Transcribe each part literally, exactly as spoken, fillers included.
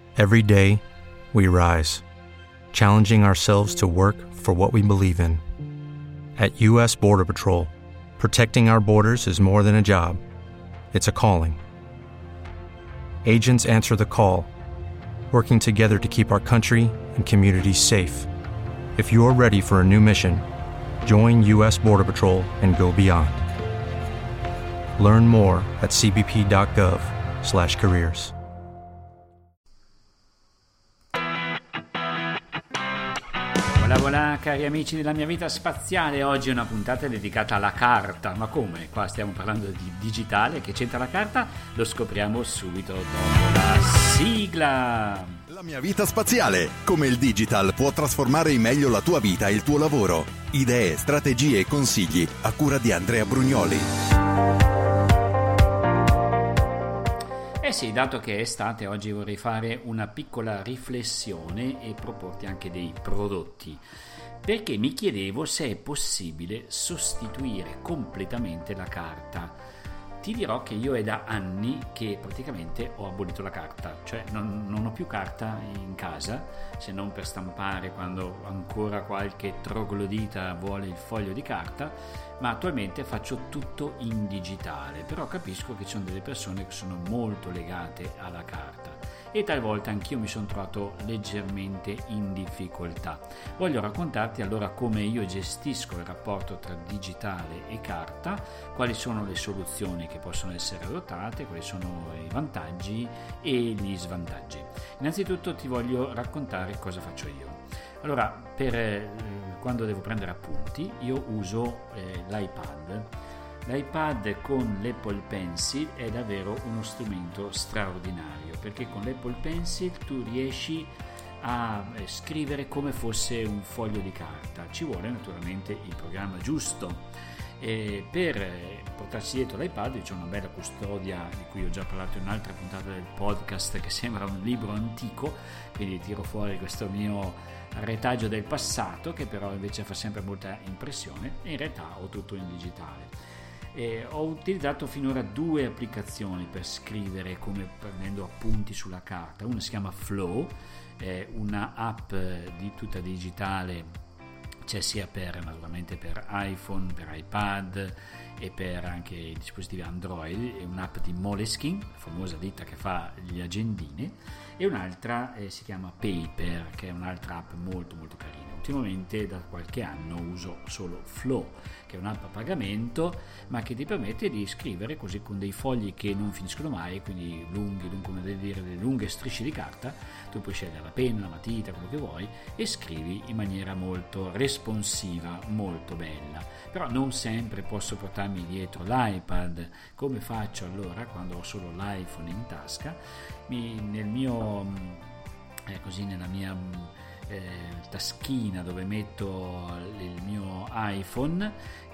Every day, we rise, challenging ourselves to work for what we believe in. At U S Border Patrol, protecting our borders is more than a job. It's a calling. Agents answer the call, working together to keep our country and communities safe. If you're ready for a new mission, join U S Border Patrol and go beyond. Learn more at c b p dot gov slash careers. Voilà, voilà, cari amici della mia vita spaziale, oggi è una puntata dedicata alla carta. Ma come? Qua stiamo parlando di digitale, che c'entra la carta? Lo scopriamo subito dopo la sigla. La mia vita spaziale, come il digital può trasformare in meglio la tua vita e il tuo lavoro. Idee, strategie e consigli a cura di Andrea Brugnoli. Eh sì, dato che è estate, oggi vorrei fare una piccola riflessione e proporti anche dei prodotti, perché mi chiedevo se è possibile sostituire completamente la carta. Ti dirò che io è da anni che praticamente ho abolito la carta, cioè non, non ho più carta in casa, se non per stampare quando ancora qualche troglodita vuole il foglio di carta, ma attualmente faccio tutto in digitale. Però capisco che ci sono delle persone che sono molto legate alla carta e talvolta anch'io mi sono trovato leggermente in difficoltà. Voglio raccontarti allora come io gestisco il rapporto tra digitale e carta, quali sono le soluzioni che possono essere adottate, quali sono i vantaggi e gli svantaggi. Innanzitutto ti voglio raccontare cosa faccio io. Allora, per eh, quando devo prendere appunti, io uso eh, l'iPad. L'iPad con l'Apple Pencil è davvero uno strumento straordinario, perché con l'Apple Pencil tu riesci a scrivere come fosse un foglio di carta. Ci vuole naturalmente il programma giusto. E per portarsi dietro l'iPad c'è una bella custodia di cui ho già parlato in un'altra puntata del podcast, che sembra un libro antico, quindi tiro fuori questo mio retaggio del passato, che però invece fa sempre molta impressione, e in realtà ho tutto in digitale. E ho utilizzato finora due applicazioni per scrivere come prendendo appunti sulla carta. Una si chiama Flow, è una app di tutta digitale, c'è sia per naturalmente per iPhone, per iPad e per anche i dispositivi Android. È un'app di Moleskine, la famosa ditta che fa gli agendine, e un'altra eh, si chiama Paper, che è un'altra app molto molto carina. Ultimamente da qualche anno uso solo Flow, che è un'app a pagamento ma che ti permette di scrivere così con dei fogli che non finiscono mai, quindi lunghi, come devi dire, delle lunghe strisce di carta. Tu puoi scegliere la penna, la matita, quello che vuoi, e scrivi in maniera molto responsiva, molto bella. Però non sempre posso portarmi dietro l'iPad. Come faccio allora quando ho solo l'iPhone in tasca? Mi, nel mio eh, così nella mia eh, taschina dove metto il mio iPhone,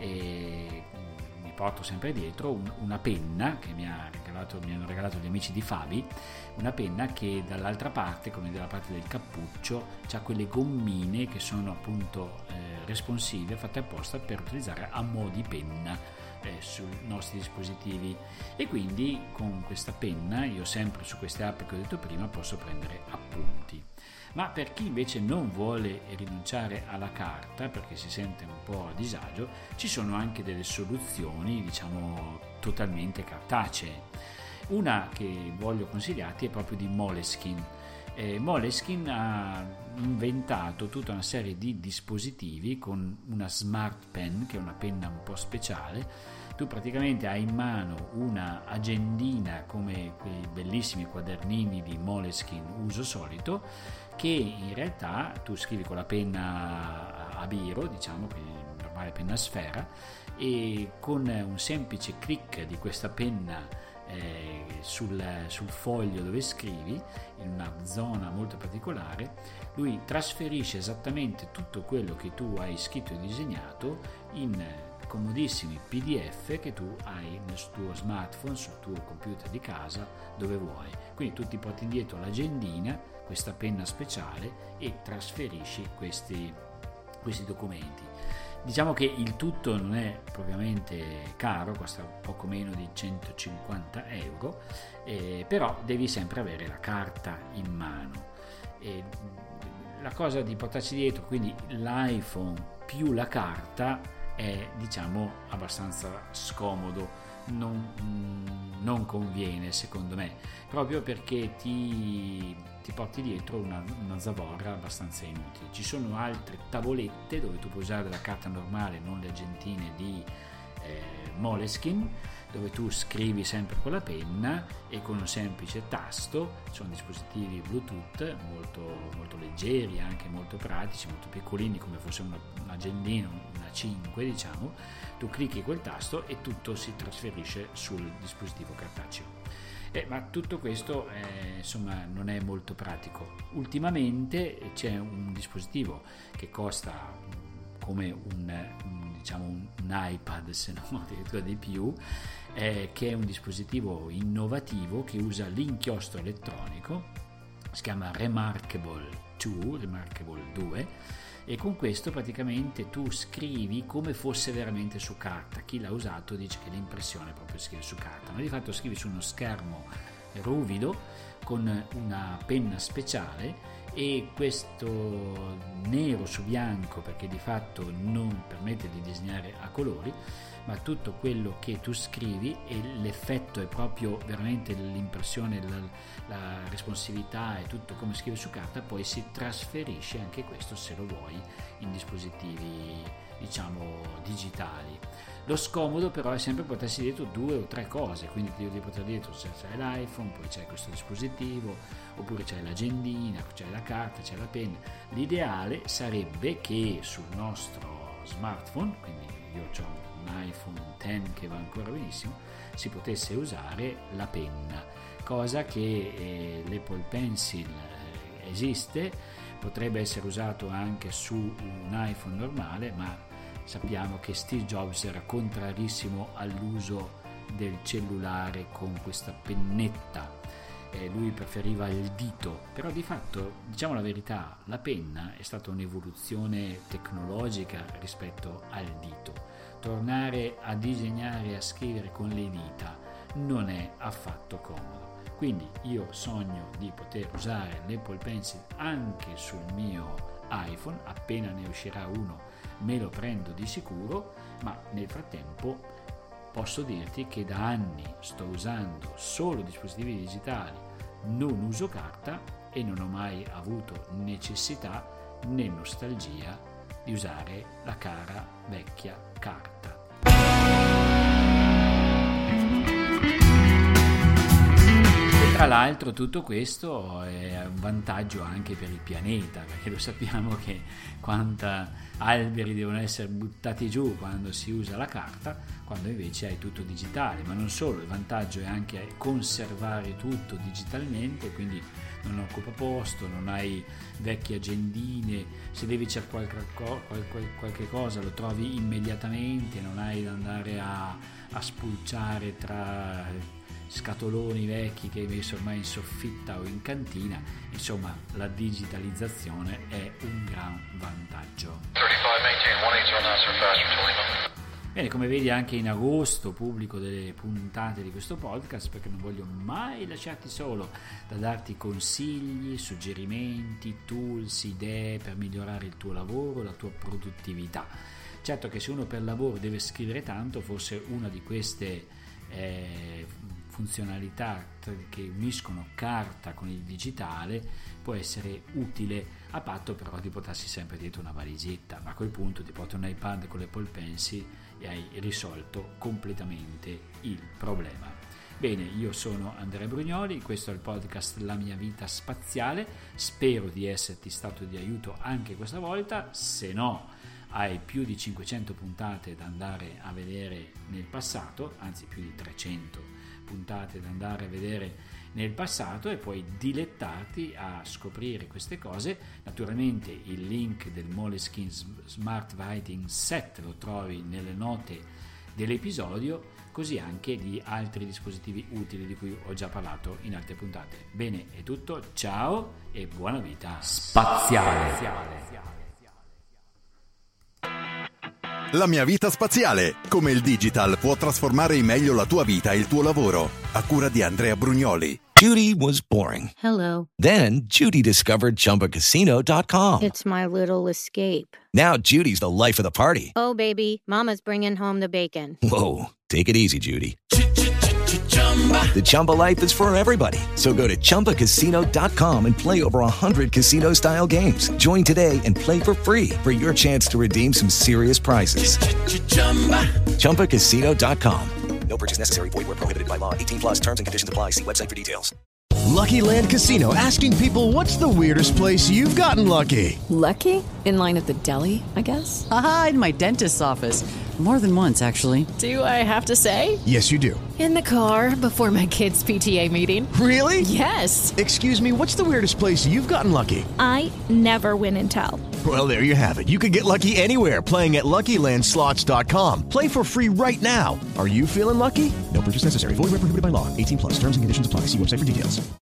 e mi porto sempre dietro un, una penna che mi, ha regalato, mi hanno regalato gli amici di Fabi, una penna che dall'altra parte, come dalla parte del cappuccio, c'ha quelle gommine che sono appunto eh, responsive, fatte apposta per utilizzare a mo' di penna eh, sui nostri dispositivi. E quindi con questa penna io, sempre su queste app che ho detto prima, posso prendere appunti. Ma per chi invece non vuole rinunciare alla carta perché si sente un po' a disagio, ci sono anche delle soluzioni, diciamo, totalmente cartacee. Una che voglio consigliarti è proprio di Moleskine. Eh, Moleskine ha inventato tutta una serie di dispositivi con una Smart Pen, che è una penna un po' speciale. Tu praticamente hai in mano una agendina come quei bellissimi quadernini di Moleskine uso solito, che in realtà tu scrivi con la penna a biro, diciamo, quindi normale penna a sfera, e con un semplice click di questa penna eh, sul, sul foglio dove scrivi, in una zona molto particolare, lui trasferisce esattamente tutto quello che tu hai scritto e disegnato in comodissimi P D F che tu hai nel tuo smartphone, sul tuo computer di casa, dove vuoi. Quindi tu ti porti indietro l'agendina, questa penna speciale, e trasferisci questi, questi documenti. Diciamo che il tutto non è propriamente caro, costa poco meno di centocinquanta euro, eh, però devi sempre avere la carta in mano. E la cosa di portarci dietro, quindi l'iPhone più la carta, è diciamo abbastanza scomodo, non, non conviene secondo me, proprio perché ti, ti porti dietro una, una zavorra abbastanza inutile. Ci sono altre tavolette dove tu puoi usare la carta normale, non le argentine di eh, Moleskine, dove tu scrivi sempre con la penna e con un semplice tasto. Sono dispositivi Bluetooth molto, molto leggeri, anche molto pratici, molto piccolini, come fosse una, un agendino, una cinque diciamo. Tu clicchi quel tasto e tutto si trasferisce sul dispositivo cartaceo. Eh, ma tutto questo eh, insomma non è molto pratico. Ultimamente c'è un dispositivo che costa come un, un, diciamo un, un iPad, se non addirittura di più, eh, che è un dispositivo innovativo che usa l'inchiostro elettronico, si chiama Remarkable due, Remarkable due, e con questo praticamente tu scrivi come fosse veramente su carta. Chi l'ha usato dice che l'impressione è proprio scrivere su carta, ma di fatto scrivi su uno schermo ruvido con una penna speciale, e questo nero su bianco, perché di fatto non permette di disegnare a colori, ma tutto quello che tu scrivi, e l'effetto è proprio veramente l'impressione, la, la responsività e tutto come scrivi su carta, poi si trasferisce anche questo, se lo vuoi, in dispositivi diciamo digitali. Lo scomodo però è sempre portarsi dietro due o tre cose, quindi ti devi portare dietro, se c'è l'iPhone, poi c'è questo dispositivo, oppure c'è l'agendina, c'è la carta, c'è la penna. L'ideale sarebbe che sul nostro smartphone, quindi io ho un iPhone dieci che va ancora benissimo, si potesse usare la penna, cosa che eh, l'Apple Pencil eh, esiste, potrebbe essere usato anche su un iPhone normale, ma sappiamo che Steve Jobs era contrarissimo all'uso del cellulare con questa pennetta, eh, lui preferiva il dito. Però di fatto, diciamo la verità, la penna è stata un'evoluzione tecnologica rispetto al dito. Tornare a disegnare e a scrivere con le dita non è affatto comodo, quindi io sogno di poter usare l'Apple Pencil anche sul mio iPhone. Appena ne uscirà uno me lo prendo di sicuro, ma nel frattempo posso dirti che da anni sto usando solo dispositivi digitali, non uso carta, e non ho mai avuto necessità né nostalgia di usare la cara vecchia carta. Tra l'altro tutto questo è un vantaggio anche per il pianeta, perché lo sappiamo che quanta alberi devono essere buttati giù quando si usa la carta, quando invece hai tutto digitale. Ma non solo, il vantaggio è anche conservare tutto digitalmente, quindi non occupa posto, non hai vecchie agendine, se devi cercare qualche, qualche, qualche cosa lo trovi immediatamente, non hai da andare a, a spulciare tra scatoloni vecchi che hai messo ormai in soffitta o in cantina. Insomma, la digitalizzazione è un gran vantaggio. Bene, come vedi anche in agosto pubblico delle puntate di questo podcast, perché non voglio mai lasciarti solo, da darti consigli, suggerimenti, tools, idee per migliorare il tuo lavoro, la tua produttività. Certo che se uno per lavoro deve scrivere tanto, forse una di queste eh, funzionalità che uniscono carta con il digitale può essere utile, a patto però di portarsi sempre dietro una valigetta. Ma a quel punto ti porti un iPad con l'Apple Pencil e hai risolto completamente il problema. Bene, io sono Andrea Brugnoli, questo è il podcast La mia vita spaziale, spero di esserti stato di aiuto anche questa volta. Se no, hai più di cinquecento puntate da andare a vedere nel passato, anzi più di trecento puntate da andare a vedere nel passato, e puoi dilettarti a scoprire queste cose. Naturalmente il link del Moleskine Smart Writing Set lo trovi nelle note dell'episodio, così anche di altri dispositivi utili di cui ho già parlato in altre puntate. Bene, è tutto, ciao e buona vita spaziale. La mia vita spaziale, come il digital può trasformare in meglio la tua vita e il tuo lavoro. A cura di Andrea Brugnoli. Judy was boring. Hello. Then Judy discovered Chumba Casino dot com. It's my little escape. Now Judy's the life of the party. Oh, baby, mama's bringing home the bacon. Whoa, take it easy, Judy. The Chumba life is for everybody. So go to Chumba Casino dot com and play over one hundred casino-style games. Join today and play for free for your chance to redeem some serious prizes. Chumba Casino dot com. No purchase necessary. Void where prohibited by law. eighteen plus terms and conditions apply. See website for details. Lucky Land Casino, asking people, what's the weirdest place you've gotten lucky? Lucky? In line at the deli, I guess? Aha, in my dentist's office. More than once, actually. Do I have to say? Yes, you do. In the car before my kids' P T A meeting. Really? Yes. Excuse me, what's the weirdest place you've gotten lucky? I never win and tell. Well, there you have it. You can get lucky anywhere, playing at Lucky Land Slots dot com. Play for free right now. Are you feeling lucky? No purchase necessary. Void where prohibited by law. eighteen plus. Terms and conditions apply. See website for details.